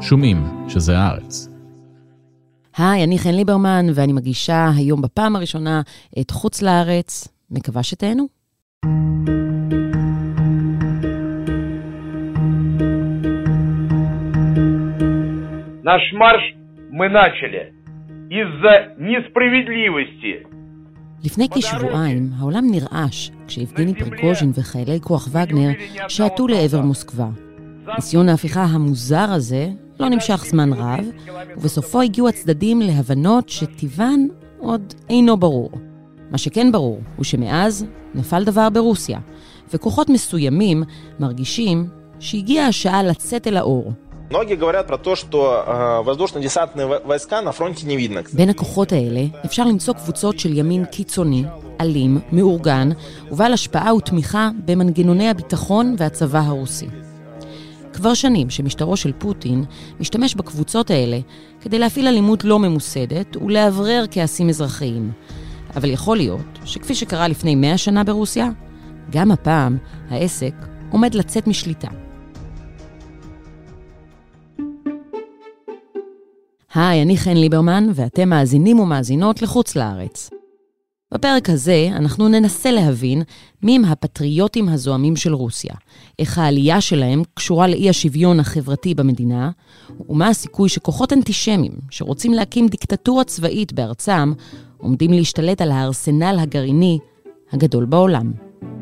שומעים שזה הארץ. היי, אני חן ליברמן, ואני מגישה היום בפעם הראשונה את חוץ לארץ. מקווה שתהנו. Наш марш мы начали из-за несправедливости. לפני כשבועיים, העולם נרעש כשיבגני פריגוז'ין וחיילי כוח וגנר שעטו לעבר מוסקבה. ניסיון ההפיכה המוזר הזה לא נמשך זמן רב, ובסופו הגיעו הצדדים להבנות שטיבן עוד אינו ברור. מה שכן ברור הוא שמאז נפל דבר ברוסיה, וכוחות מסוימים מרגישים שהגיעה השעה לצאת אל האור. Многие говорят про то, что воздушно-десантные войска на фронте не видно. בין הכוחות האלה אפשר למצוא קבוצות של ימין קיצוני, אלים, מאורגן, ובעל השפעה ותמיכה במנגנוני הביטחון והצבא הרוסי. כבר שנים שמשטרו של פוטין משתמש בקבוצות האלה כדי להפעיל אלימות לא ממוסדת ולהברר כעסים אזרחיים. אבל יכול להיות שכפי שקרה לפני 100 שנה ברוסיה, גם הפעם העסק עומד לצאת משליטה. היי, אני חן ליברמן, ואתם מאזינים ומאזינות לחוץ לארץ. בפרק הזה אנחנו ננסה להבין מי הם הפטריוטים הזוהמים של רוסיה, איך העלייה שלהם קשורה לאי השוויון החברתי במדינה, ומה הסיכוי שכוחות אנטישמים שרוצים להקים דיקטטורה צבאית בארצם, עומדים להשתלט על הארסנל הגרעיני הגדול בעולם.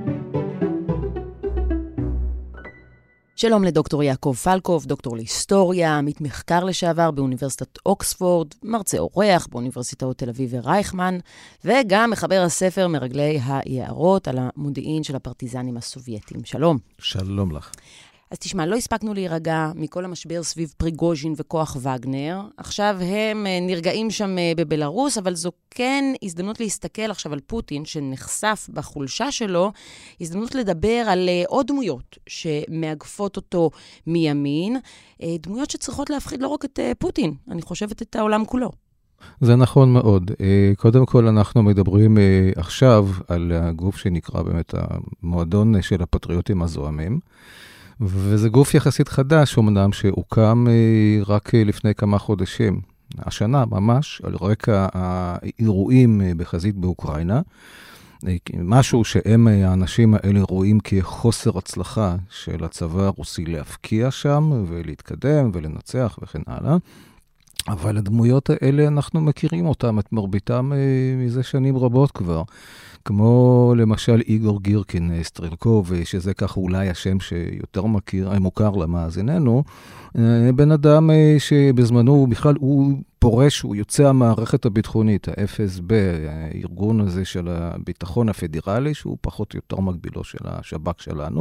שלום לדוקטור יעקב פלקוב, דוקטור להיסטוריה, עמית מחקר לשעבר באוניברסיטת אוקספורד, מרצה אורח באוניברסיטאות תל אביב ורייכמן, וגם מחבר הספר מרגלי היערות על המודיעין של הפרטיזנים הסובייטים. שלום. שלום לך. אז תשמע, לא הספקנו להירגע מכל המשבר סביב פריגוז'ין וכוח וגנר. עכשיו הם נרגעים שם בבלרוס, אבל זו כן הזדמנות להסתכל עכשיו על פוטין, שנחשף בחולשה שלו, הזדמנות לדבר על עוד דמויות שמאגפות אותו מימין, דמויות שצריכות להפחיד לא רק את פוטין, אני חושבת את העולם כולו. זה נכון מאוד. קודם כל אנחנו מדברים עכשיו על הגוף שנקרא באמת המועדון של הפטריוטים הזוהמים, וזה גוף יחסית חדש, אמנם שהוקם רק לפני כמה חודשים, השנה ממש, על רקע האירועים בחזית באוקראינה, משהו שהם האנשים האלה רואים כחוסר הצלחה של הצבא הרוסי להפקיע שם, ולהתקדם ולנצח וכן הלאה. אבל הדמויות האלה אנחנו מכירים אותם, את מרביתם מזה שנים רבות כבר. כמו למשל איגור גירקין סטרלקוב, שזה ככה אולי השם שיותר מוכר למאזיננו, בן אדם שבזמנו בכלל הוא פורש, הוא יוצא המערכת הביטחונית, ה-FSB, הארגון הזה של הביטחון הפדרלי, שהוא פחות יותר מקבילו של השב"כ שלנו,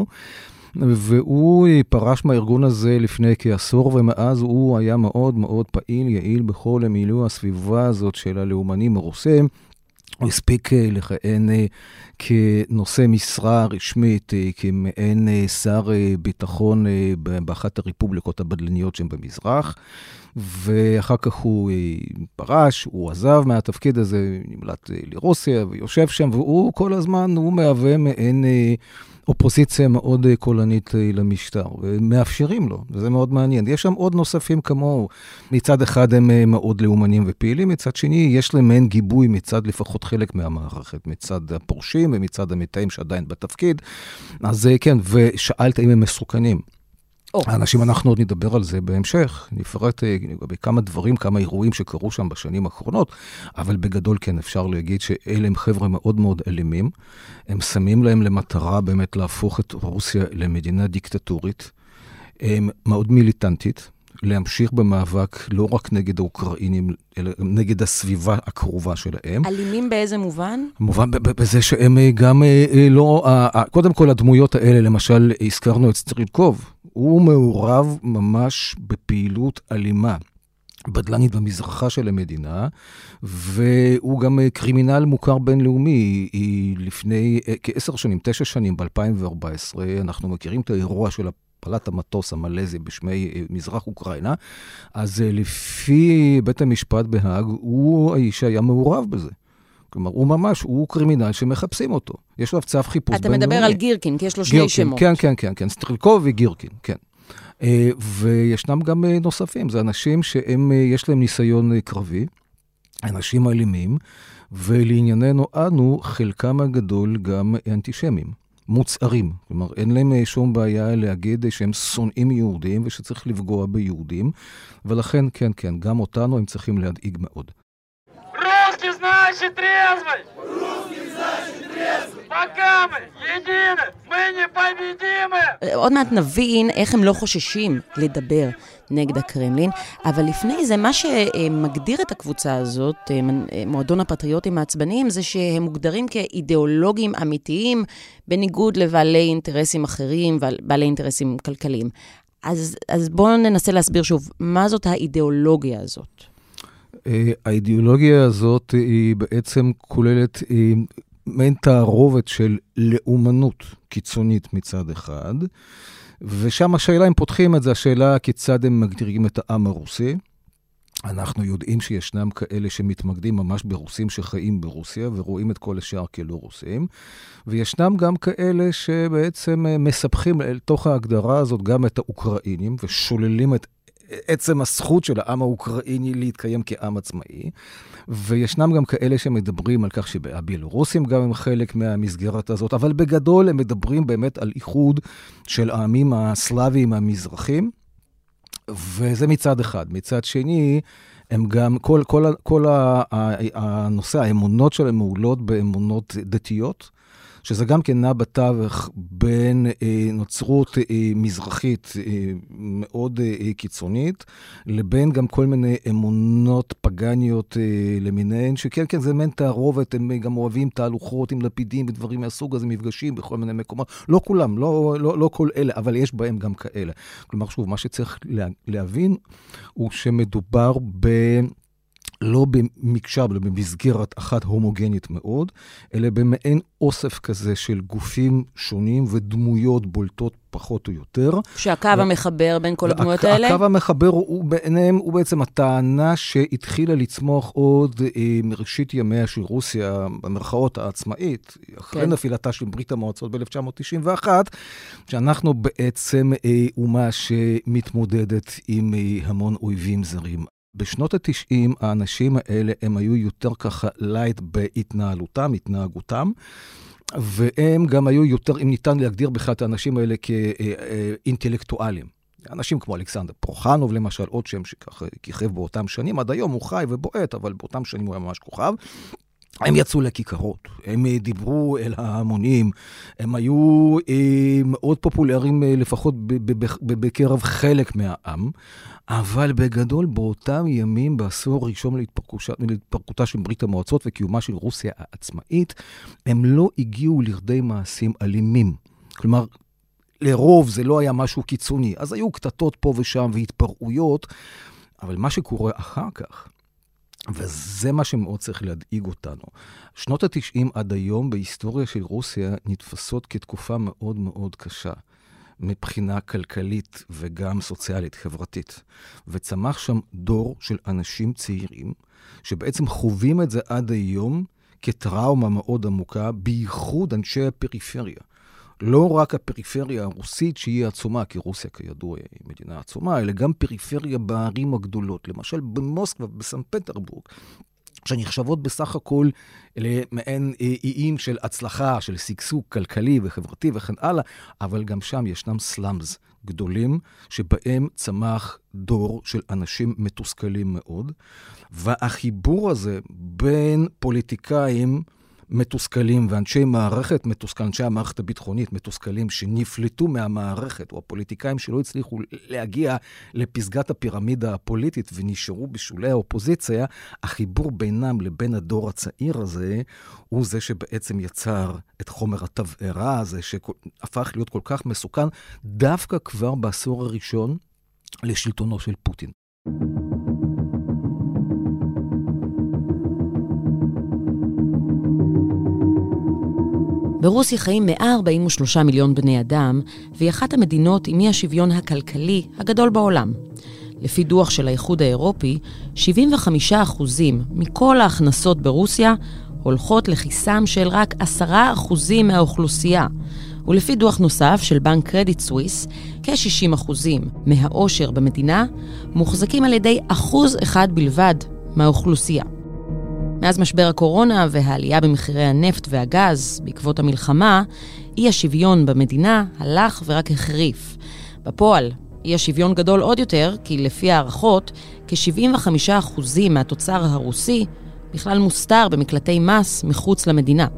והוא פרש מהארגון הזה לפני כעשור, ומאז הוא היה מאוד מאוד פעיל, יעיל בכל המילוי הסביבה הזאת של הלאומנים הרוסים. הוא הספיק לכהן כנושא משרה רשמית, כמעין שר ביטחון באחת הרפובליקות הבדלניות שהן במזרח, ואחר כך הוא פרש, הוא עזב מהתפקיד הזה, נמלט לרוסיה ויושב שם, והוא כל הזמן, הוא מהווה מעין אופוזיציה מאוד קולנית למשטר, ומאפשרים לו, וזה מאוד מעניין. יש שם עוד נוספים כמוהו, מצד אחד הם מאוד לאומנים ופעילים, מצד שני יש להם מעין גיבוי מצד לפחות חלק מהמערכת, מצד הפורשים ומצד המתאים שעדיין בתפקיד, אז כן, ושאלת אם הם מסוכנים. האנשים, אנחנו עוד נדבר על זה בהמשך, נפרט בכמה דברים, כמה אירועים שקרו שם בשנים האחרונות, אבל בגדול כן אפשר להגיד שאלה הם חבר'ה מאוד מאוד אלימים, הם שמים להם למטרה באמת להפוך את רוסיה למדינה דיקטטורית, הם מאוד מיליטנטית, להמשיך במאבק לא רק נגד האוקראינים, אלא נגד הסביבה הקרובה שלהם. אלימים באיזה מובן? מובן בזה שהם גם לא, קודם כל הדמויות האלה, למשל הזכרנו את סטרלקוב, הוא מעורב ממש בפעילות אלימה, בדלנית במזרחה של המדינה, והוא גם קרימינל מוכר בינלאומי. לפני כ10 שנים, 9 שנים, ב-2014, אנחנו מכירים את האירוע של הפלת המטוס המלזי בשמי מזרח אוקראינה, אז לפי בית המשפט בהאג, הוא האיש היה מעורב בזה. כלומר, הוא ממש, הוא קרימינל שמחפשים אותו. יש לו צו חיפוש בינלאומי. אתה מדבר על גירקין, כי יש לו שני שמות. כן, סטרלקוב וגירקין, כן. וישנם גם נוספים, זה אנשים שיש להם ניסיון קרבי, אנשים אלימים, ולענייננו אנו, חלקם הגדול גם אנטישמים, מוצערים. כלומר, אין להם שום בעיה להגיד שהם שונאים יהודים ושצריך לפגוע ביהודים, ולכן, כן, גם אותנו הם צריכים להדאיג מאוד. Русский значит трезвость! Русский значит трезвость! Пока мы едины, мы непобедимы! עוד מעט נבין איך הם לא חוששים לדבר נגד הקרמלין, אבל לפני זה, מה שמגדיר את הקבוצה הזאת, מועדון הפטריוטים העצבניים, זה שהם מוגדרים כאידיאולוגים אמיתיים, בניגוד לבעלי אינטרסים אחרים ובעלי אינטרסים כלכליים. אז בואו ננסה להסביר שוב, מה זאת האידיאולוגיה הזאת? האידיאולוגיה הזאת היא בעצם כוללת מעין תערובת של לאומנות קיצונית מצד אחד, ושם השאלה, אם פותחים את זה, השאלה כיצד הם מגדירים את העם הרוסי. אנחנו יודעים שישנם כאלה שמתמקדים ממש ברוסים שחיים ברוסיה, ורואים את כל השאר כלא רוסים, וישנם גם כאלה שבעצם מספחים אל תוך ההגדרה הזאת גם את האוקראינים, ושוללים את עצם הזכות של העם האוקראיני להתקיים כעם עצמאי, וישנם גם כאלה שמדברים על כך שהבלרוסים גם הם חלק מהמסגרת הזאת, אבל בגדול הם מדברים באמת על איחוד של העמים הסלאביים המזרחים, וזה מצד אחד. מצד שני, הם גם, כל הנושא, האמונות שלהם מעולות באמונות דתיות, שזה גם כן נע בתווך בין נוצרות מזרחית מאוד קיצונית, לבין גם כל מיני אמונות פגניות למיניהן, שכן, זה מן תערובת, הם גם אוהבים תהלוכות עם לפידים ודברים מהסוג הזה, מפגשים בכל מיני מקומות. לא כולם, לא כל אלה, אבל יש בהם גם כאלה. כלומר, שוב, מה שצריך להבין הוא שמדובר לא במקשר, אלא במסגרת אחת הומוגנית מאוד, אלא במעין אוסף כזה של גופים שונים ודמויות בולטות פחות או יותר. שהקו המחבר בין כל הדמויות האלה? הקו המחבר ביניהם הוא בעצם הטענה שהתחילה לצמוח עוד מראשית ימיה של רוסיה, במרכאות העצמאית, אחרי נפילתה של ברית המועצות ב-1991, שאנחנו בעצם אומה שמתמודדת עם המון אויבים זרים. בשנות ה-90 האנשים האלה הם היו יותר ככה לייט בהתנהלותם, התנהגותם, והם גם היו יותר, אם ניתן להגדיר בכלל את האנשים האלה כאינטלקטואלים. אנשים כמו אלכסנדר פרוחנוב, למשל, עוד שם שככה כיכב באותם שנים, עד היום הוא חי ובועט, אבל באותם שנים הוא היה ממש כוכב. הם יצאו לכיכרות, הם דיברו אל ההמונים, הם היו מאוד פופולריים לפחות בקרב חלק מהעם, אבל בגדול באותם ימים, בעשור הראשון להתפרקותה של ברית המועצות וקיומה של רוסיה העצמאית, הם לא הגיעו לכדי מעשים אלימים. כלומר, לרוב זה לא היה משהו קיצוני, אז היו קטטות פה ושם והתפרעויות, אבל מה שקורה אחר כך, וזה מה שמאוד צריך להדאיג אותנו. שנות ה-90 עד היום בהיסטוריה של רוסיה נתפסות כתקופה מאוד מאוד קשה, מבחינה כלכלית וגם סוציאלית, חברתית. וצמח שם דור של אנשים צעירים, שבעצם חווים את זה עד היום כטראומה מאוד עמוקה, בייחוד אנשי הפריפריה. לא רק הפריפריה הרוסית שהיא עצומה, כי רוסיה כידוע היא מדינה עצומה, אלא גם פריפריה בערים הגדולות, למשל במוסקבה, בסן פטרבורג, שנחשבות בסך הכל למעין איים של הצלחה, של שגשוג כלכלי וחברתי וכן הלאה, אבל גם שם ישנם סלאמס גדולים, שבהם צמח דור של אנשים מתוסכלים מאוד, והחיבור הזה בין פוליטיקאים מתוסכלים ואנשי מערכת מתוסכלים, אנשי המערכת הביטחונית מתוסכלים שנפלטו מהמערכת, או הפוליטיקאים שלא הצליחו להגיע לפסגת הפירמידה הפוליטית ונשארו בשולי האופוזיציה, החיבור בינם לבין הדור הצעיר הזה, הוא זה שבעצם יצר את חומר התבערה הזה, שהפך להיות כל כך מסוכן, דווקא כבר בעשור הראשון לשלטונו של פוטין. ברוסיה חיים 143 מיליון בני אדם, והיא אחת המדינות עם השוויון הכלכלי הגדול בעולם. לפי דוח של האיחוד האירופי, 75% מכל ההכנסות ברוסיה הולכות לכיסם של רק 10% מהאוכלוסייה, ולפי דוח נוסף של בנק קרדיט סוויס, כ-60% מהעושר במדינה מוחזקים על ידי 1% בלבד מהאוכלוסייה. מאז משבר הקורונה והעלייה במחירי הנפט והגז בעקבות המלחמה, אי השוויון במדינה הלך ורק החריף. בפועל, אי השוויון גדול עוד יותר, כי לפי הערכות, כ-75% מהתוצר הרוסי בכלל מוסתר במקלטי מס מחוץ למדינה.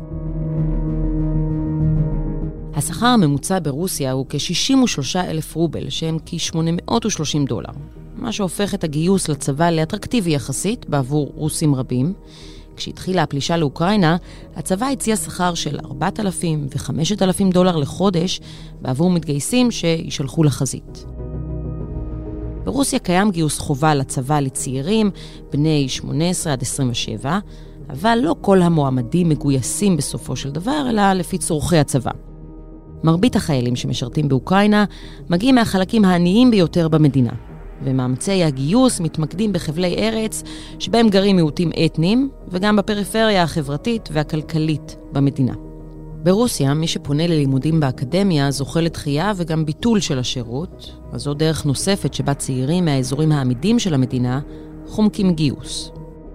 השכר הממוצע ברוסיה הוא כ-63,000 רובל, שהם כ-$830, מה שהופך את הגיוס לצבא לאטרקטיבי יחסית בעבור רוסים רבים. כשהתחילה הפלישה לאוקראינה, הצבא הציע שכר של $4,000 ו$5,000 לחודש בעבור מתגייסים שישלחו לחזית. ברוסיה קיים גיוס חובה לצבא לצעירים, בני 18 עד 27, אבל לא כל המועמדים מגויסים בסופו של דבר, אלא לפי צורכי הצבא. מרבית החיילים שמשרתים באוקראינה מגיעים מהחלקים העניים ביותר במדינה, ומאמצי הגיוס מתמקדים בחבלי ארץ שבהם גרים מיעוטים אתניים, וגם בפריפריה החברתית והכלכלית במדינה. ברוסיה, מי שפונה ללימודים באקדמיה זוכה לתחייה וגם ביטול של השירות, אז זו דרך נוספת שבה צעירים מהאזורים העמידים של המדינה חומקים גיוס.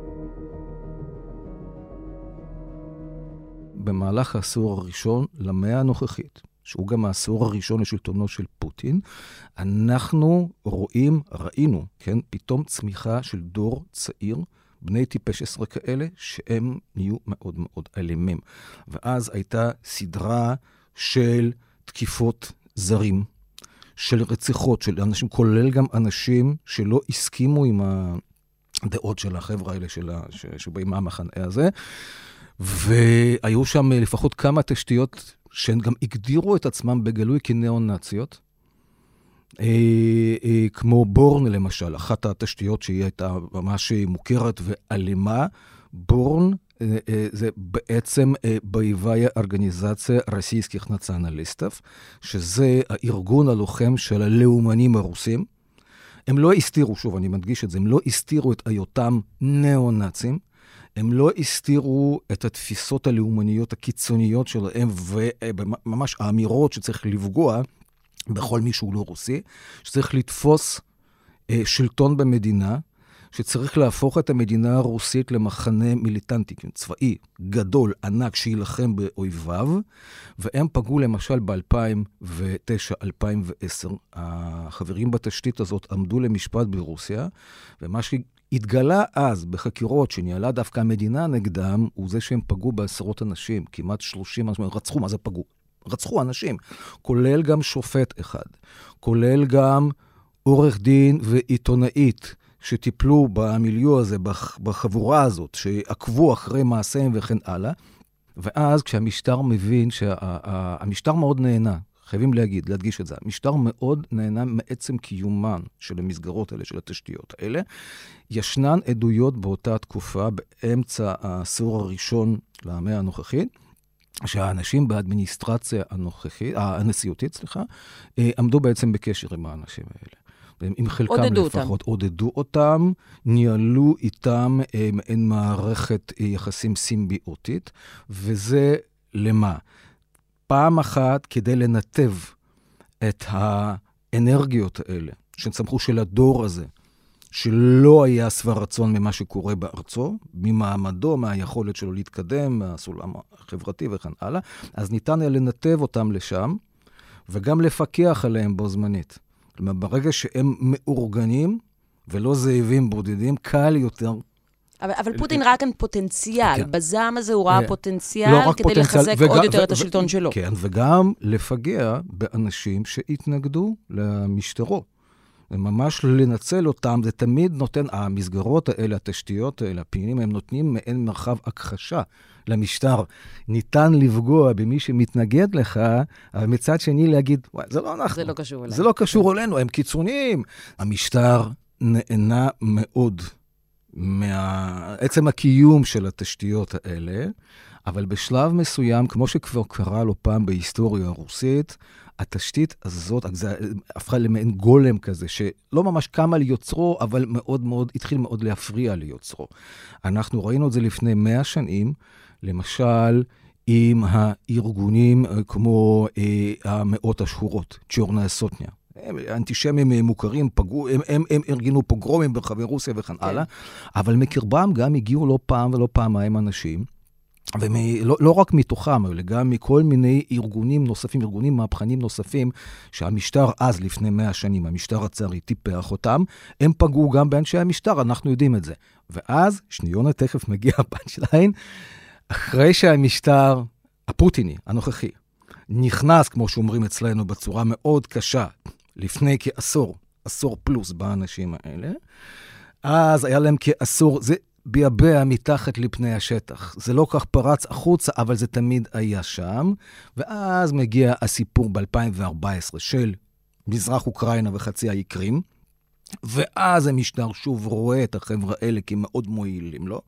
במהלך העשור הראשון למאה הנוכחית, שהוא גם העשור הראשון לשלטונו של פוטין, אנחנו ראינו, כן, פתאום צמיחה של דור צעיר, בני טיפש 10 כאלה, שהם נהיו מאוד מאוד אלימים. ואז הייתה סדרה של תקיפות זרים, של רציחות, של אנשים, כולל גם אנשים שלא הסכימו עם הדעות של החבר'ה האלה שבאים מהמחנה הזה, והיו שם לפחות כמה תשתיות שהן גם הגדירו את עצמם בגלוי כניאו-נאציות, כמו בורן למשל, אחת התשתיות שהיא הייתה ממש מוכרת ואלימה. בורן זה בעצם באיבאיה ארגניזציה רוסייסקих נציונליסטов, שזה הארגון הלוחם של הלאומנים הרוסים. הם לא הסתירו, שוב אני מדגיש את זה, הם לא הסתירו את היותם ניאו-נאצים, הם לא הסתירו את התפיסות הלאומניות הקיצוניות שלהם, וממש האמירות שצריך לפגוע בכל מי שהוא לא רוסי, שצריך לתפוס שלטון במדינה, שצריך להפוך את המדינה הרוסית למחנה מיליטנטי, צבאי, גדול, ענק, שילחם באויביו, והם פגעו למשל ב-2009-2010, החברים בתשתית הזאת עמדו למשפט ברוסיה, ומה שהתגלה אז בחקירות שניהלה דווקא המדינה נגדם, הוא זה שהם פגעו בעשרות אנשים, כמעט 30, רצחו, מה זה פגעו? רצחו אנשים, כולל גם שופט אחד, כולל גם עורך דין ועיתונאית, שטיפלו במיליו הזה, בחבורה הזאת, שעקבו אחרי מעשיהם וכן הלאה, ואז כשהמשטר מבין שהמשטר מאוד נהנה, חייבים להדגיש את זה, המשטר מאוד נהנה מעצם קיומן של המסגרות האלה, של התשתיות האלה, ישנן עדויות באותה תקופה, באמצע העשור הראשון למאה הנוכחית, שהאנשים באדמיניסטרציה הנשיאותית, עמדו בעצם בקשר עם האנשים האלה. עם חלקם לפחות, עודדו אותם, ניהלו איתם מעין מערכת יחסים סימביוטית, וזה למה? פעם אחת כדי לנתב את האנרגיות האלה, שצמחו של הדור הזה, שלא היה שבע רצון ממה שקורה בארצו, ממעמדו, מהיכולת שלו להתקדם, מהסולם החברתי וכן הלאה, אז ניתן היה לנתב אותם לשם, וגם לפקח עליהם בו זמנית. כלומר, ברגע שהם מאורגנים, ולא זאבים בודדים, קל יותר. אבל פוטין ראה כאן פוטנציאל. כן. בזעם הזה הוא ראה פוטנציאל כדי לחזק עוד יותר את השלטון שלו. כן, וגם לפגע באנשים שהתנגדו למשטרו. וממש לנצל אותם, זה תמיד נותן, המסגרות האלה, התשתיות האלה, הפעילים, הם נותנים מעין מרחב הכחשה למשטר. ניתן לפגוע במי שמתנגד לך, אבל מצד שני להגיד, וואי, זה לא אנחנו. זה לא קשור אלינו. זה לא קשור אלינו, הם קיצוניים. המשטר נהנה מאוד מעצם הקיום של התשתיות האלה, אבל בשלב מסוים, כמו שכבר קרה לו פעם בהיסטוריה הרוסית, התשתית הזאת הפכה למעין גולם כזה, שלא ממש קמה ליוצרו, אבל מאוד מאוד, התחיל מאוד להפריע ליוצרו. אנחנו ראינו את זה לפני 100 שנים, למשל, עם הארגונים כמו המאות השחורות, צ'ורנה סוטניה. האנטישמים מוכרים, הם ארגנו פוגרומים ברחבי רוסיה וכן הלאה, אבל מקרבם גם הגיעו לא פעם ולא פעמיים אנשים, ולא רק מתוכם, אלא גם מכל מיני ארגונים נוספים, ארגונים מהפכנים נוספים, שהמשטר אז, לפני 100 שנים, המשטר הצארי טיפח אותם, הם פגעו גם באנשי המשטר, אנחנו יודעים את זה. ואז, שניונה תכף מגיע הפאנצ'ליין, אחרי שהמשטר הפוטיני, הנוכחי, נכנס, כמו שאומרים אצלנו, בצורה מאוד קשה, לפני עשור פלוס באנשים האלה, אז היה להם כעשור, זה ביבע מתחת לפני השטח. זה לא כך פרץ החוצה, אבל זה תמיד היה שם. ואז מגיע הסיפור ב-2014 של מזרח אוקראינה וחצי האי קרים, ואז המשטר שוב רואה את החבר'ה האלה כמאוד מועילים לו,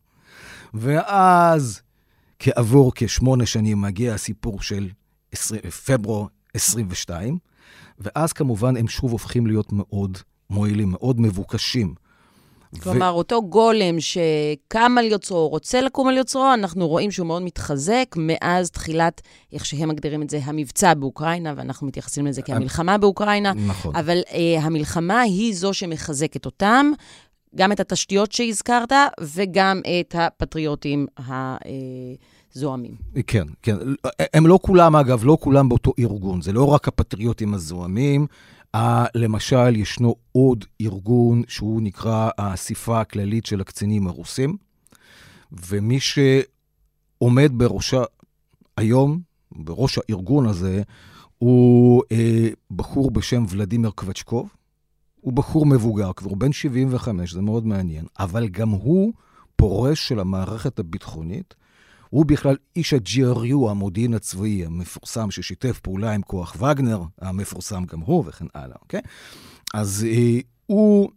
ואז כעבור כ8 שנים מגיע הסיפור של פברואר 22, ואז כמובן הם שוב הופכים להיות מאוד מועילים, מאוד מבוקשים. כלומר, אותו גולם שקם על יוצרו, רוצה לקום על יוצרו, אנחנו רואים שהוא מאוד מתחזק מאז תחילת, איך שהם מגדירים את זה, המבצע באוקראינה, ואנחנו מתייחסים לזה כהמלחמה באוקראינה. נכון. אבל המלחמה היא זו שמחזקת אותם, גם את התשתיות שהזכרת, וגם את הפטריוטים הזוהמים. כן, כן. הם לא כולם, אגב, לא כולם באותו ארגון. זה לא רק הפטריוטים הזוהמים, למשל, ישנו עוד ארגון שהוא נקרא האספה הכללית של הקצינים הרוסים, ומי שעומד בראשה היום, בראש הארגון הזה, הוא בחור בשם ולדימיר קווצ'קוב. הוא בחור מבוגר, כבר בן 75, זה מאוד מעניין, אבל גם הוא פורש של המערכת הביטחונית, הוא בכלל איש ה-GRU, המודיעין הצבאי המפורסם, ששיתף פעולה עם כוח וגנר, המפורסם גם הוא וכן הלאה, אוקיי? אז הוא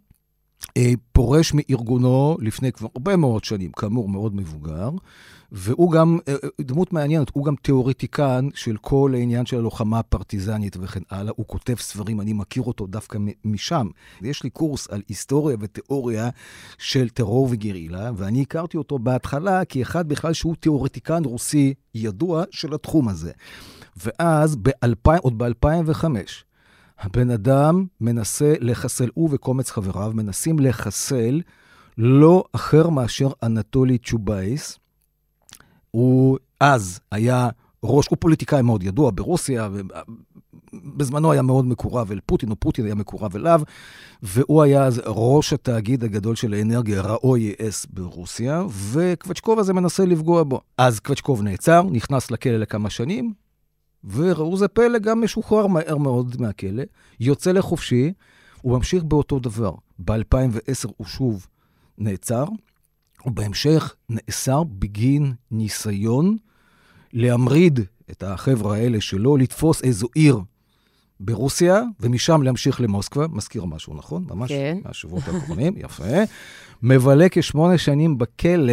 פורש מארגונו לפני כבר הרבה מאוד שנים, כאמור מאוד מבוגר, והוא גם, דמות מעניינת, הוא גם תיאורטיקן של כל העניין של הלוחמה הפרטיזנית וכן הלאה, הוא כותב ספרים, אני מכיר אותו דווקא משם. יש לי קורס על היסטוריה ותיאוריה של טרור וגרילה, ואני הכרתי אותו בהתחלה כאחד בכלל שהוא תיאורטיקן רוסי ידוע של התחום הזה. ואז עוד ב-2005, הבן אדם מנסה לחסל, הוא וקומץ חבריו מנסים לחסל לא אחר מאשר אנטולי צ'ובייס. הוא אז היה הוא פוליטיקאי מאוד ידוע ברוסיה, ובזמנו היה מאוד מקורב אל פוטין, או פוטין היה מקורב אליו, והוא היה אז ראש התאגיד הגדול של האנרגיה, ROES ברוסיה, וקווצ'קוב הזה מנסה לפגוע בו. אז קווצ'קוב נעצר, נכנס לכלא לכמה שנים, וראו זה פלא, גם משוחרר מהר מאוד מהכלא, יוצא לחופשי, הוא ממשיך באותו דבר. ב-2010 הוא שוב נעצר, ובהמשך נאסר בגין ניסיון להמריד את החבר'ה האלה שלו, לתפוס איזו עיר ברוסיה, ומשם להמשיך למוסקבה, מזכיר משהו, נכון? ממש, כן. מהשבועות האחרונים, יפה. מבלה כ8 שנים בכלא,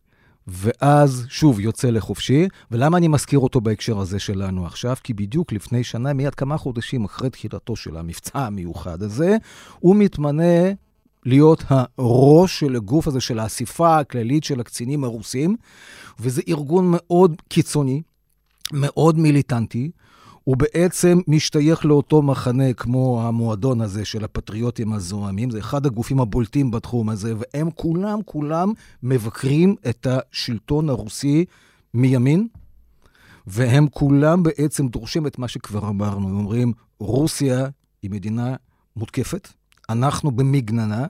ואז שוב יוצא לחופשי, ולמה אני מזכיר אותו בהקשר הזה שלנו עכשיו? כי בדיוק לפני שנה, מיד כמה חודשים אחרי תחילתו של המבצע המיוחד הזה, הוא מתמנה להיות הראש של הגוף הזה, של האסיפה הכללית של הקצינים הרוסים, וזה ארגון מאוד קיצוני, מאוד מיליטנטי, הוא בעצם משתייך לאותו מחנה כמו המועדון הזה של הפטריוטים הזוהמים, זה אחד הגופים הבולטים בתחום הזה, והם כולם מבקרים את השלטון הרוסי מימין, והם כולם בעצם דורשים את מה שכבר אמרנו, הם אומרים, רוסיה היא מדינה מותקפת, אנחנו במגננה,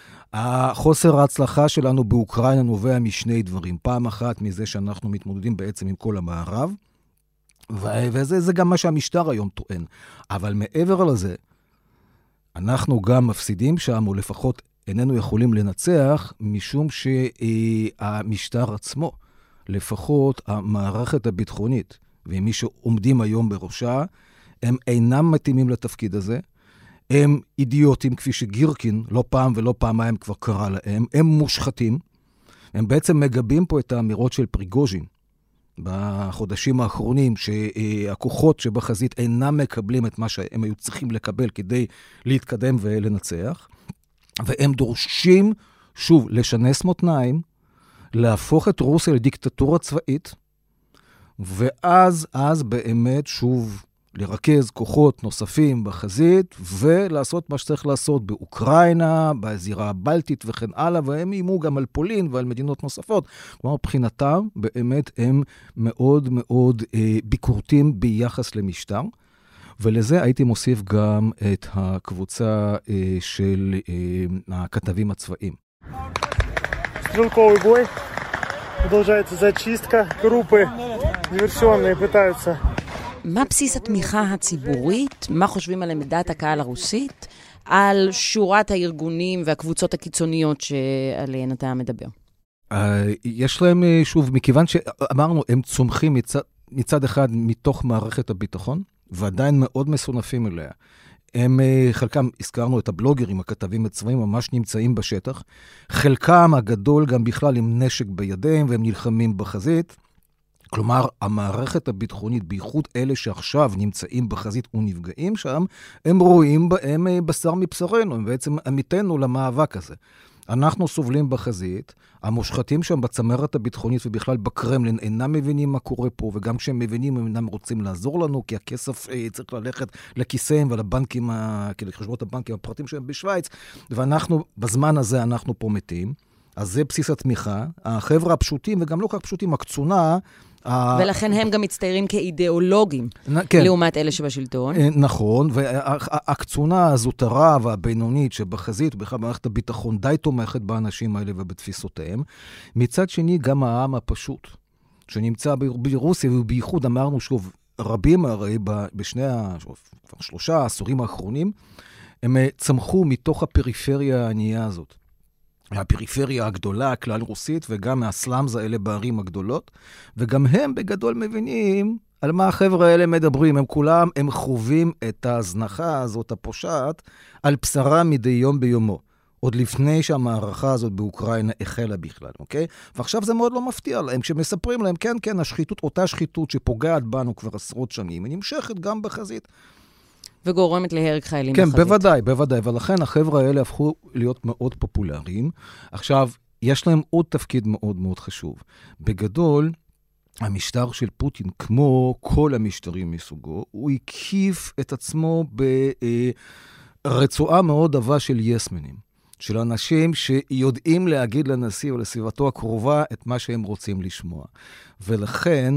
החוסר ההצלחה שלנו באוקראינה נובע משני דברים, פעם אחת מזה שאנחנו מתמודדים בעצם עם כל המערב, וזה גם מה שהמשטר היום טוען. אבל מעבר לזה, אנחנו גם מפסידים שם, או לפחות איננו יכולים לנצח, משום שהמשטר עצמו, לפחות המערכת הביטחונית, ומי שעומדים היום בראשה, הם אינם מתאימים לתפקיד הזה, הם אידיוטים, כפי שגירקין לא פעם ולא פעמיים כבר קרא להם, הם מושחתים, הם בעצם מגבים פה את האמירות של פריגוז'ין, בחודשים האחרונים, שהכוחות שבחזית אינם מקבלים את מה שהם היו צריכים לקבל כדי להתקדם ולנצח, והם דורשים, שוב, לשנס מותניים, להפוך את רוסיה לדיקטטורה צבאית, ואז באמת שוב לרכז כוחות נוספים בחזית, ולעשות מה שצריך לעשות באוקראינה, בזירה הבלטית וכן הלאה, והם אימו גם על פולין ועל מדינות נוספות. כלומר, מבחינתם, באמת הם מאוד מאוד ביקורתיים ביחס למשטר, ולזה הייתי מוסיף גם את הקבוצה של הכתבים הצבאיים. Стрелковый бой. Продолжается зачистка. Группы диверсионные пытаются. מה בסיס התמיכה הציבורית? מה חושבים על עמדת הקהל הרוסית? על שורת הארגונים והקבוצות הקיצוניות שעליהן אתה מדבר? יש להם, שוב, מכיוון שאמרנו, הם צומחים מצד אחד מתוך מערכת הביטחון, ועדיין מאוד מסונפים אליה. הם, חלקם, הזכרנו את הבלוגרים, הכתבים הצבאיים, ממש נמצאים בשטח. חלקם הגדול גם בכלל עם נשק בידיהם, והם נלחמים בחזית. כלומר, המערכת הביטחונית, בייחוד אלה שעכשיו נמצאים בחזית ונפגעים שם, הם רואים בהם בשר מבשרנו, הם בעצם עמיתנו למאבק הזה. אנחנו סובלים בחזית, המושחתים שם בצמרת הביטחונית ובכלל בקרמלין אינם מבינים מה קורה פה, וגם כשהם מבינים הם אינם רוצים לעזור לנו, כי הכסף צריך ללכת לכיסיהם ולבנקים, לחשבונות הבנקים הפרטיים שהם בשוויץ, ואנחנו, בזמן הזה אנחנו פה מתים, אז זה בסיס התמיכה. החבר'ה הפשוטים, וגם לא כך פשוטים, הקצונה, ולכן הם גם מצטיירים כאידיאולוגים, כן. לעומת אלה שבשלטון. נכון, והקצונה הזוטרה והבינונית שבחזית, ובכלל במערכת הביטחון, די תומכת באנשים האלה ובתפיסותיהם. מצד שני, גם העם הפשוט, שנמצא ברוסיה, ובייחוד אמרנו שוב, רבים הרי בשני שלושה העשורים האחרונים, הם צמחו מתוך הפריפריה הענייה הזאת. הפריפריה הגדולה, הכלל רוסית, וגם מהסלאמס האלה בערים הגדולות, וגם הם בגדול מבינים על מה החבר'ה האלה מדברים. הם כולם, הם חווים את ההזנחה הזאת, הפושעת, על בשרה מדי יום ביומו. עוד לפני שהמערכה הזאת באוקראינה החלה בכלל, אוקיי? ועכשיו זה מאוד לא מפתיע להם, כשמספרים להם, כן, השחיתות, אותה שחיתות שפוגעת בנו כבר עשרות שנים, היא נמשכת גם בחזית. וגורמת להרג חיילים בחזית. כן, בוודאי, ולכן החבר'ה האלה הפכו להיות מאוד פופולריים. עכשיו, יש להם עוד תפקיד מאוד מאוד חשוב. בגדול, המשטר של פוטין, כמו כל המשטרים מסוגו, הוא הקיף את עצמו ברצועה מאוד עבה של יסמנים, של אנשים שיודעים להגיד לנשיא או לסביבתו הקרובה את מה שהם רוצים לשמוע. ולכן,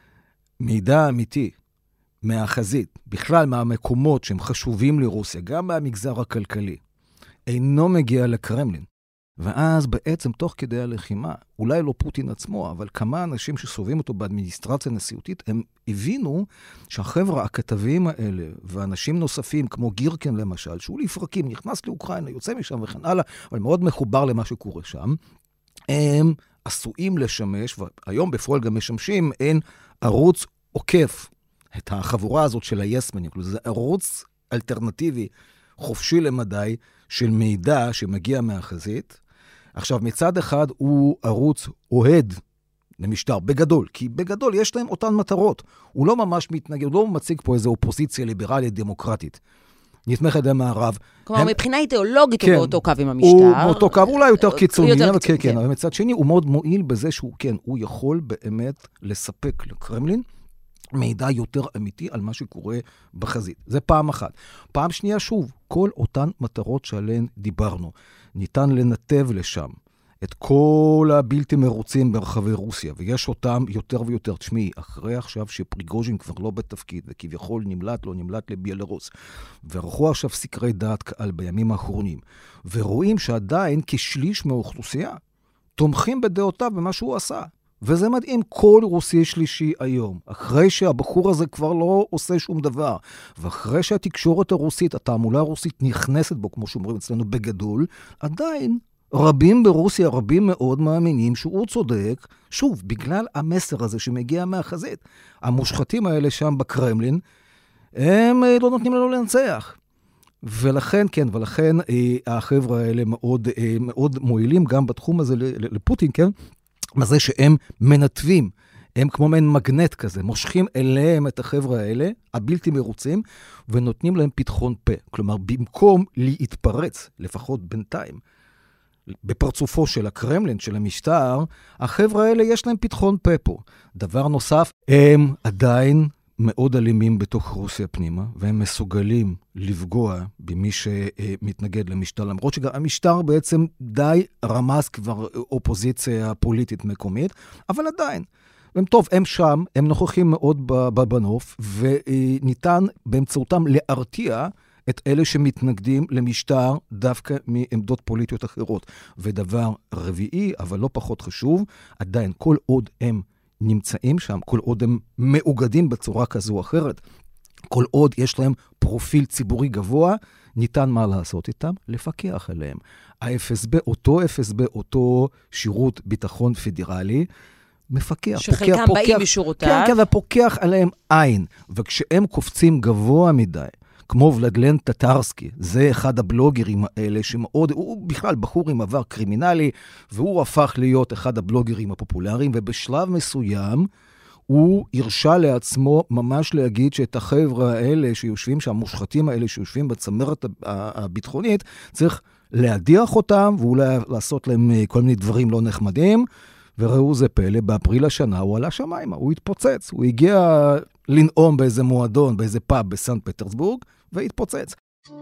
מידע אמיתי, מהחזית, בכלל מהמקומות שהם חשובים לרוסיה, גם מהמגזר הכלכלי, אינו מגיע לקרמלין. ואז בעצם תוך כדי הלחימה, אולי לא פוטין עצמו, אבל כמה אנשים שסובבים אותו באדמיניסטרציה נשיאותית, הם הבינו שהחבר'ה הכתבים האלה, ואנשים נוספים כמו גירקן למשל, שהוא לפרקים, נכנס לאוקראינה, יוצא משם וכן הלאה, אבל מאוד מחובר למה שקורה שם, הם עשויים לשמש, והיום בפועל גם משמשים, אין ערוץ עוקף את החבורה הזאת של היסמנים. זה ערוץ אלטרנטיבי, חופשי למדי, של מידע שמגיע מהחזית. עכשיו, מצד אחד הוא ערוץ אוהד למשטר, בגדול, כי בגדול יש להם אותן מטרות. הוא לא ממש מתנגד, הוא לא מציג פה איזו אופוזיציה ליברלית דמוקרטית. נתמך על המערב. כלומר, מבחינה אידיאולוגית הוא באותו קו עם המשטר. הוא באותו קו, אולי יותר קיצוני, אבל כן. אבל מצד שני, הוא מאוד מועיל בזה שהוא, כן, הוא יכול באמת לספק לקרמלין מידע יותר אמיתי על מה שקורה בחזית. זה פעם אחת. פעם שנייה, שוב, כל אותן מטרות שעליהן דיברנו. ניתן לנתב לשם את כל הבלתי מרוצים ברחבי רוסיה, ויש אותם יותר ויותר. תשמעי, אחרי עכשיו שפריגוז'ין כבר לא בתפקיד, וכביכול לא נמלט לביילרוס, וערכו עכשיו סקרי דעת קהל בימים האחרונים, ורואים שעדיין כשליש מהאוכלוסייה תומכים בדעותיו במה שהוא עשה. וזה מדהים, כל רוסי שלישי היום, אחרי שהבחור הזה כבר לא עושה שום דבר, ואחרי שהתקשורת הרוסית, התעמולה הרוסית נכנסת בו, כמו שאומרים אצלנו בגדול, עדיין רבים ברוסיה, רבים מאוד מאמינים שהוא צודק, שוב, בגלל המסר הזה שמגיע מהחזית. המושחתים האלה שם בקרמלין, הם לא נותנים לנו לנצח. ולכן, כן, החבר'ה האלה מאוד מועילים גם בתחום הזה לפוטין, כן? מה זה שהם מנתבים, הם כמו מעין מגנט כזה, מושכים אליהם את החבר'ה האלה, הבלתי מרוצים, ונותנים להם פתחון פה. כלומר, במקום להתפרץ, לפחות בינתיים, בפרצופו של הקרמלין, של המשטר, החבר'ה האלה יש להם פתחון פה פה. דבר נוסף, הם עדיין מאוד אלימים בתוך רוסיה פנימה, והם מסוגלים לפגוע במי שמתנגד למשטר, למרות שגם המשטר בעצם די רמז כבר אופוזיציה פוליטית מקומית, אבל עדיין. הם טוב, הם שם, הם נוכחים מאוד בנוף, וניתן באמצעותם להרתיע את אלה שמתנגדים למשטר דווקא מעמדות פוליטיות אחרות. ודבר רביעי, אבל לא פחות חשוב, עדיין כל עוד הם נמצאים שם, כל עוד הם מאוגדים בצורה כזו או אחרת, כל עוד יש להם פרופיל ציבורי גבוה, ניתן מה לעשות איתם? לפקח עליהם. ה-FSB, אותו FSB, אותו שירות ביטחון פדרלי, מפקח. שחלקם באים בשורותיו. כן, ופוקח עליהם עין. וכשהם קופצים גבוה מדי, כמו ולדלן טטרסקי, זה אחד הבלוגרים האלה שמאוד, הוא בכלל בחור עם עבר קרימינלי, והוא הפך להיות אחד הבלוגרים הפופולריים, ובשלב מסוים הוא הרשה לעצמו ממש להגיד שאת החבר'ה האלה שיושבים שם, המושחתים האלה שיושבים בצמרת הביטחונית, צריך להדיח אותם, ואולי לעשות להם כל מיני דברים לא נחמדים, וראו זה פלא, באפריל השנה הוא עלה שמיימה, הוא התפוצץ, הוא הגיע לנאום באיזה מועדון, באיזה פאב בסנט פטרסבורג, והתפוצץ.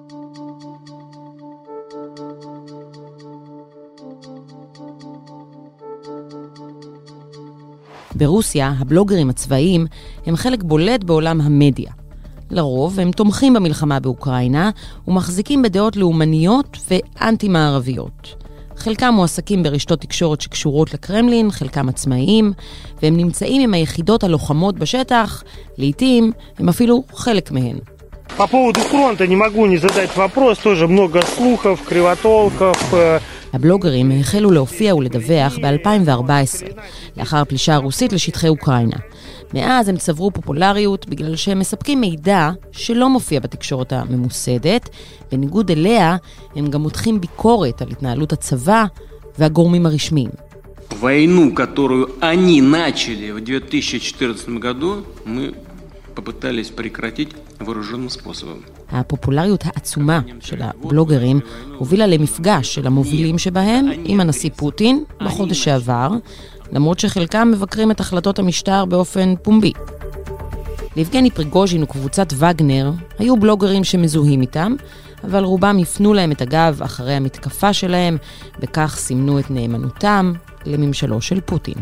ברוסיה, הבלוגרים הצבאיים הם חלק בולט בעולם המדיה. לרוב הם תומכים במלחמה באוקראינה ומחזיקים בדעות לאומניות ואנטי-מערביות. חלקם מועסקים ברשתות תקשורת שקשורות לקרמלין, חלקם עצמאיים, והם נמצאים עם היחידות הלוחמות בשטח, לעתים הם אפילו חלק מהן. По поводу фронта не могу не задать вопрос, тоже много слухов, кривотолков. הבלוגרים החלו להופיע ולדווח ב-2014, לאחר הפלישה הרוסית לשטחי אוקראינה. מאז הם צברו פופולריות בגלל שהם מספקים מידע שלא מופיע בתקשורת הממוסדת, בניגוד אליה הם גם מותחים ביקורת על התנהלות הצבא והגורמים הרשמיים. Войну, которую они начали в 2014 году, мы попытались прекратить вооруженным способом. הפופולריות העצומה של הבלוגרים הובילה למפגש של המובילים שבהם עם הנשיא פוטין בחודש שעבר, למרות שחלקם מבקרים את החלטות המשטר באופן פומבי. ליבגני פריגוז'ין וקבוצת וגנר היו בלוגרים שמזוהים איתם, אבל רובם הפנו להם את הגב אחרי המתקפה שלהם, בכך סימנו את נאמנותם לממשלו של פוטין.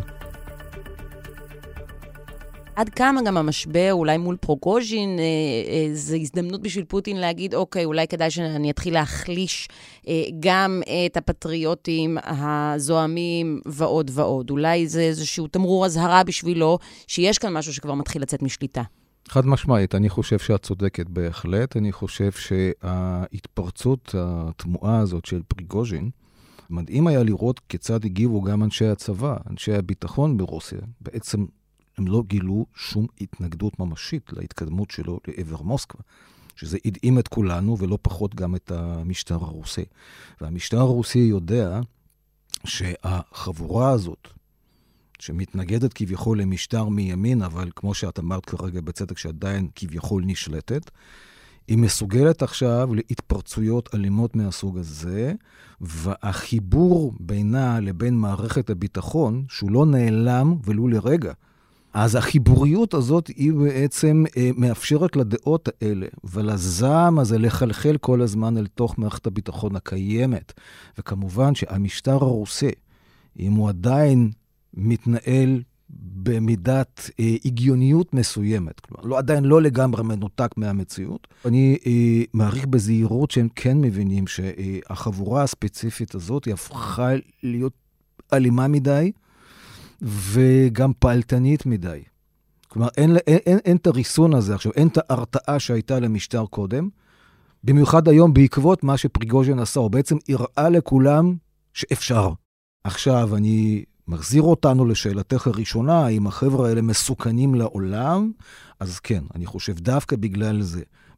עד כמה גם המשבר, אולי מול פריגוז'ין, זו הזדמנות בשביל פוטין להגיד, אוקיי, אולי כדאי שאני אתחיל להחליש גם את הפטריוטים הזוהמים ועוד ועוד. אולי זה איזשהו תמרור הזהרה בשבילו, שיש כאן משהו שכבר מתחיל לצאת משליטה. חד משמעית, אני חושב שאת צודקת בהחלט. אני חושב שההתפרצות התמוהה הזאת של פריגוז'ין, מדהים היה לראות כיצד הגיבו גם אנשי הצבא, אנשי הביטחון ברוסיה. בעצם הם לא גילו שום התנגדות ממשית להתקדמות שלו לעבר מוסקבה, שזה הדהים את כולנו ולא פחות גם את המשטר הרוסי. והמשטר הרוסי יודע שהחבורה הזאת, שמתנגדת כביכול למשטר מימין, אבל כמו שאת אמרת כרגע בצדק שעדיין כביכול נשלטת, היא מסוגלת עכשיו להתפרצויות אלימות מהסוג הזה, והחיבור בינה לבין מערכת הביטחון, שהוא לא נעלם ולו לרגע, אז החיבוריות הזאת היא בעצם מאפשרת לדעות האלה, ולזעם הזה לחלחל כל הזמן אל תוך מערכת הביטחון הקיימת. וכמובן שהמשטר הרוסי, אם הוא עדיין מתנהל במידת הגיוניות מסוימת, כלומר, עדיין לא לגמרי מנותק מהמציאות, אני מעריך בזהירות שהם כן מבינים שהחבורה הספציפית הזאת היא הפכה להיות אלימה מדי, וגם פעלתנית מדי. כלומר, אין את הריסון הזה עכשיו, אין את ההרתעה שהייתה למשטר קודם, במיוחד היום בעקבות מה שפריגוז'ין עשה, הוא בעצם הראה לכולם שאפשר. עכשיו, אני מחזיר אותנו לשאלתך הראשונה, אם החבר'ה האלה מסוכנים לעולם, אז כן, אני חושב דווקא בגלל זה,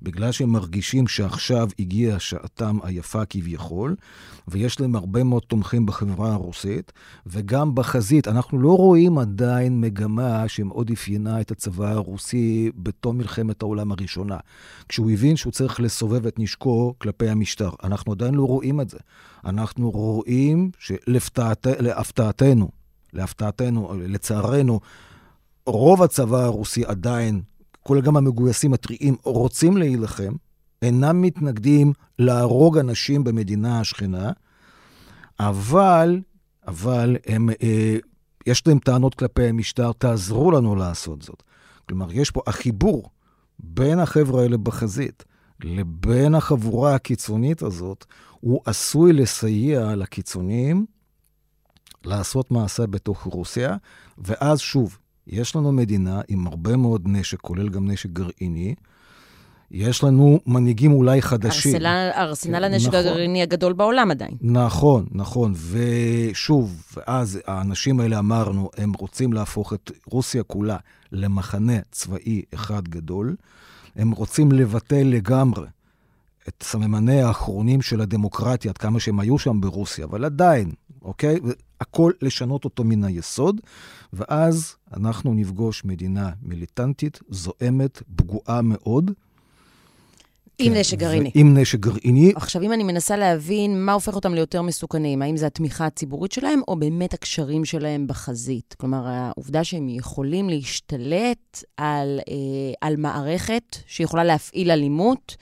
בגלל שהם מרגישים שעכשיו הגיעה שעתם היפה כביכול, ויש להם הרבה מאוד תומכים בחברה הרוסית, וגם בחזית, אנחנו לא רואים עדיין מגמה שמאוד אפיינה את הצבא הרוסי בתום מלחמת העולם הראשונה. כשהוא הבין שהוא צריך לסובב את נשקו כלפי המשטר. אנחנו עדיין לא רואים את זה. אנחנו רואים שלהפתעתנו, לצערנו, רוב הצבא הרוסי עדיין, כל גם המגויסים הטריים, רוצים להילחם, אינם מתנגדים להרוג אנשים במדינה השכנה, אבל יש להם טענות כלפי המשטר, תעזרו לנו לעשות זאת. כלומר, יש פה החיבור בין החבר'ה האלה בחזית, לבין החבורה הקיצונית הזאת, הוא עשוי לסייע לקיצונים לעשות מעשה בתוך רוסיה, ואז שוב, יש לנו מדינה עם הרבה מאוד נשק, כולל גם נשק גרעיני, יש לנו מנהיגים אולי חדשים. ארסנל הנשק הגרעיני הגדול בעולם עדיין. נכון. ושוב, ואז האנשים האלה אמרנו, הם רוצים להפוך את רוסיה כולה למחנה צבאי אחד גדול, הם רוצים לבטל לגמרי את סממני האחרונים של הדמוקרטיה, עד כמה שהם היו שם ברוסיה, אבל עדיין, אוקיי? הכל לשנות אותו מן היסוד, ואז אנחנו נפגוש מדינה מיליטנטית, זועמת, פגועה מאוד. עם נשק גרעיני. עם נשק גרעיני. עכשיו, אם אני מנסה להבין מה הופך אותם ליותר מסוכנים, האם זה התמיכה הציבורית שלהם, או באמת הקשרים שלהם בחזית? כלומר, העובדה שהם יכולים להשתלט על מערכת שיכולה להפעיל אלימות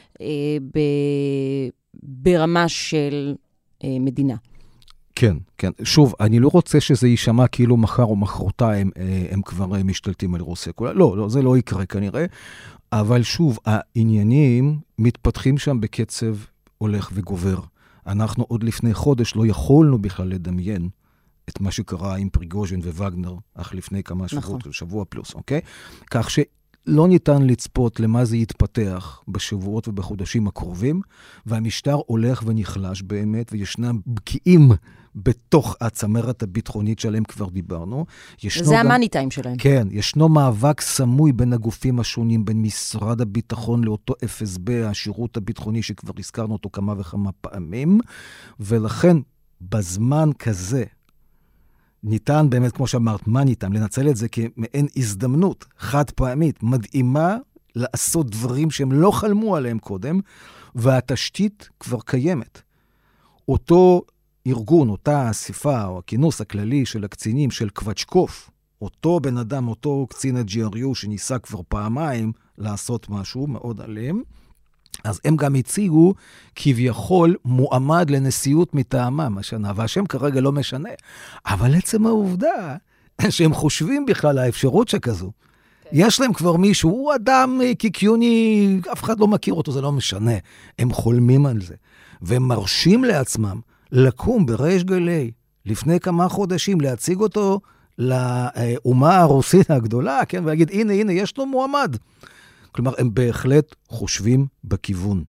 ברמה של מדינה. כן. שוב, אני לא רוצה שזה יישמע כאילו מחר או מחרתיים הם כבר משתלטים על רוסיה. לא, זה לא יקרה כנראה. אבל שוב, העניינים מתפתחים שם בקצב הולך וגובר. אנחנו עוד לפני חודש לא יכולנו בכלל לדמיין את מה שקרה עם פריגוז'ין ווגנר, אך לפני כמה שבועות, שבוע פלוס, אוקיי? כך שלא ניתן לצפות למה זה יתפתח בשבועות ובחודשים הקרובים, והמשטר הולך ונחלש באמת, וישנם בקיאים בתוך הצמרת הביטחונית שלהם כבר דיברנו. זה המאני טיים שלהם. כן, ישנו מאבק סמוי בין הגופים השונים, בין משרד הביטחון לאותו FSB, השירות הביטחוני שכבר הזכרנו אותו כמה וכמה פעמים, ולכן בזמן כזה ניתן באמת, כמו שאמרת, מה ניתן? לנצל את זה כמעין הזדמנות חד פעמית, מדהימה, לעשות דברים שהם לא חלמו עליהם קודם, והתשתית כבר קיימת. אותו ארגון, אותה אסיפה או הכינוס הכללי של הקצינים של קוואצ'קוף, אותו בן אדם, אותו קצין ה-GRU שניסה כבר פעמיים לעשות משהו מאוד אלים, אז הם גם הציגו כביכול מועמד לנשיאות מטעמם השנה, והשם כרגע לא משנה. אבל עצם העובדה שהם חושבים בכלל האפשרות שכזו, יש להם כבר מישהו, הוא אדם קיקיוני, אף אחד לא מכיר אותו, זה לא משנה. הם חולמים על זה, והם מרשים לעצמם לקום בריש גלי, לפני כמה חודשים, להציג אותו לאומה הרוסית הגדולה, כן, ולהגיד, הנה, יש לו מועמד. כלומר, הם בהחלט חושבים בכיוון.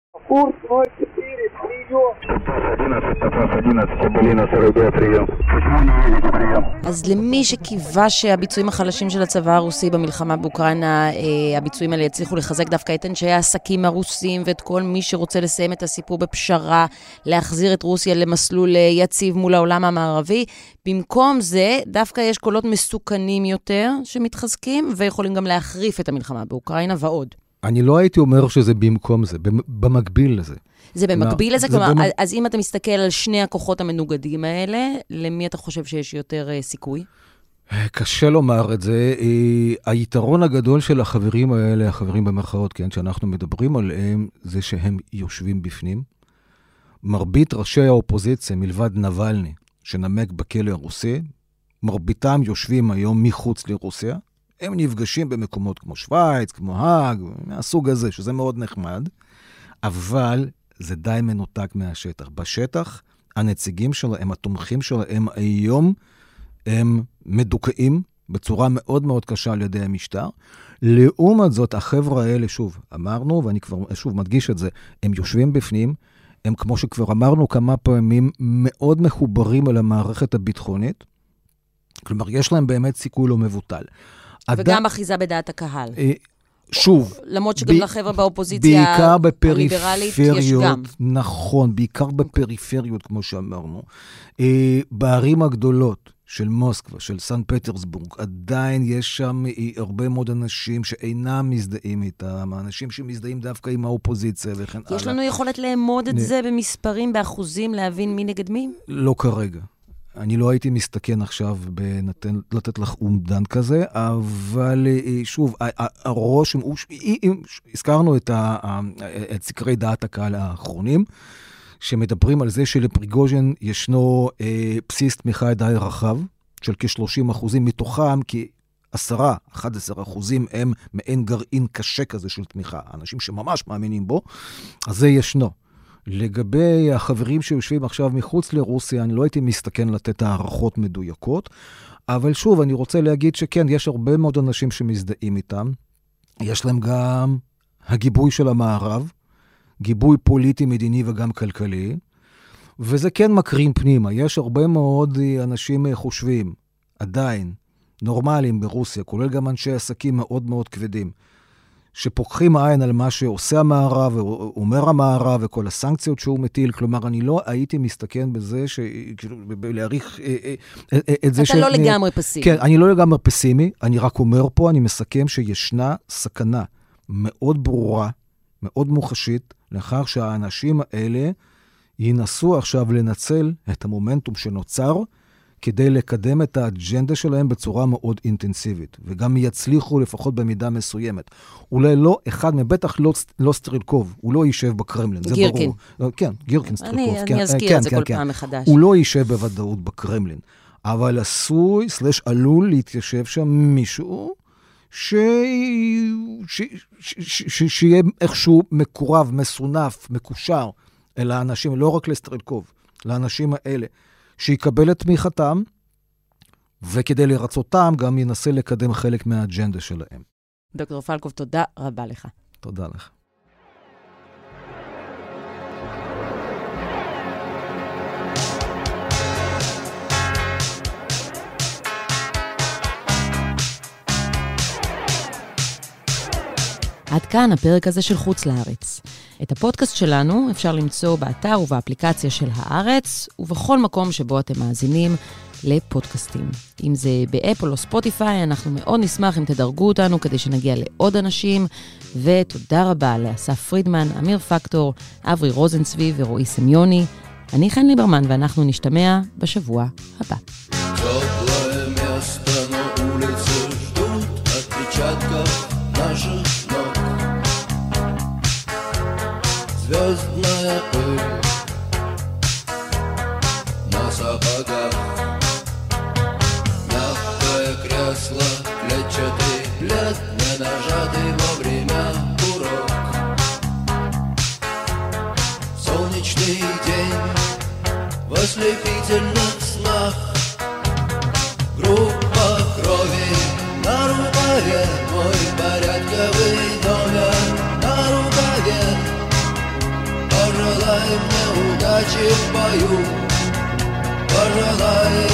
אז למי שקיווה שהביצועים החלשים של הצבא הרוסי במלחמה באוקראינה, הביצועים האלה יצליחו לחזק דווקא את אנשי העסקים הרוסים ואת כל מי שרוצה לסיים את הסיפור בפשרה, להחזיר את רוסיה למסלול יציב מול העולם המערבי, במקום זה דווקא יש קולות מסוכנים יותר שמתחזקים ויכולים גם להחריף את המלחמה באוקראינה ועוד. אני לא הייתי אומר שזה במקום זה, במקביל לזה. זה במקביל לזה? כלומר, אז אם אתה מסתכל על שני הכוחות המנוגדים האלה, למי אתה חושב שיש יותר סיכוי? קשה לומר את זה. היתרון הגדול של החברים האלה, החברים במרכאות, כן, שאנחנו מדברים עליהם, זה שהם יושבים בפנים. מרבית ראשי האופוזיציה, מלבד נבלני, שנמק בכלא הרוסי, מרביתם יושבים היום מחוץ לרוסיה. הם נפגשים במקומות כמו שוויץ, כמו האג, מהסוג הזה, שזה מאוד נחמד, אבל זה די מנותק מהשטח. בשטח, הנציגים שלהם, התומכים שלהם היום, הם מדוכאים בצורה מאוד מאוד קשה על ידי המשטר. לעומת זאת, החבר'ה האלה, שוב, אמרנו, ואני כבר שוב מדגיש את זה, הם יושבים בפנים, הם כמו שכבר אמרנו כמה פעמים, מאוד מחוברים על המערכת הביטחונית, כלומר, יש להם באמת סיכוי לא מבוטל. וגם אחיזה בדעת הקהל. שוב, למרות שגם לחבר'ה באופוזיציה הליברלית יש גם. נכון, בעיקר בפריפריות, כמו שאמרנו. בערים הגדולות של מוסקבה, של סן פטרסבורג, עדיין יש שם הרבה מאוד אנשים שאינם מזדהים איתם, האנשים שמזדהים דווקא עם האופוזיציה וכן הלאה. יש לנו יכולת לאמוד את זה במספרים, באחוזים, להבין מי נגד מי? לא כרגע. אני לא הייתי מסתכן עכשיו לתת לך אומדן כזה, אבל שוב, הרושם, הזכרנו את סקרי דעת הקהל האחרונים, שמדברים על זה שלפריגוז'ין ישנו בסיס תמיכה די רחב, של כ-30%, מתוכם כ-10-11% הם מעין גרעין קשה כזה של תמיכה, אנשים שממש מאמינים בו, אז זה ישנו. לגבי החברים שיושבים עכשיו מחוץ לרוסיה, אני לא הייתי מסתכן לתת הערכות מדויקות, אבל שוב, אני רוצה להגיד שכן, יש הרבה מאוד אנשים שמזדהים איתם, יש להם גם הגיבוי של המערב, גיבוי פוליטי, מדיני וגם כלכלי, וזה כן מקרין פנימה. יש הרבה מאוד אנשים חושבים, עדיין, נורמליים ברוסיה, כולל גם אנשי עסקים מאוד מאוד כבדים, שפוקחים עין על מה שעושה המערב, ואומר המערב, וכל הסנקציות שהוא מטיל. כלומר, אני לא הייתי מסתכן בזה, להעריך את זה אתה לא לגמרי פסימי. כן, אני לא לגמרי פסימי, אני רק אומר פה, אני מסכם שישנה סכנה מאוד ברורה, מאוד מוחשית, לאחר שהאנשים האלה ינסו עכשיו לנצל את המומנטום שנוצר, כדי לקדם את האג'נדה שלהם בצורה מאוד אינטנסיבית, וגם יצליחו לפחות במידה מסוימת. אולי לא אחד, בטח לא סטרילקוב, הוא לא יישב בקרמלין, זה גירקין. ברור. כן, גירקין סטרילקוב. אני אזכיר את זה כל פעם מחדש. הוא לא יישב בוודאות בקרמלין, אבל עשוי, עלול להתיישב שם מישהו, שיהיה איכשהו מקורב, מסונף, מקושר אל האנשים, לא רק לסטרילקוב, לאנשים האלה, שיקבל את תמיכתם, וכדי לרצותם גם ינסה לקדם חלק מהאג'נדה שלהם. דוקטור פלקוב, תודה רבה לך. תודה לך. עד כאן הפרק הזה של חוץ לארץ. את הפודקאסט שלנו אפשר למצוא באתר ובאפליקציה של הארץ, ובכל מקום שבו אתם מאזינים לפודקאסטים. אם זה באפל או ספוטיפיי, אנחנו מאוד נשמח אם תדרגו אותנו כדי שנגיע לעוד אנשים, ותודה רבה לאסף פרידמן, אמיר פקטור, אברי רוזנצבי ורועי סמיוני. אני חן ליברמן ואנחנו נשתמע בשבוע הבא. Звездная пыль на сапогах, мягкое кресло, клетчатый плед, не нажатый вовремя курок. Солнечный день в ослепительных снах, группа крови на рукаве, мой порядковый номер на рукаве. Пожелай мне удачи в бою, пожелай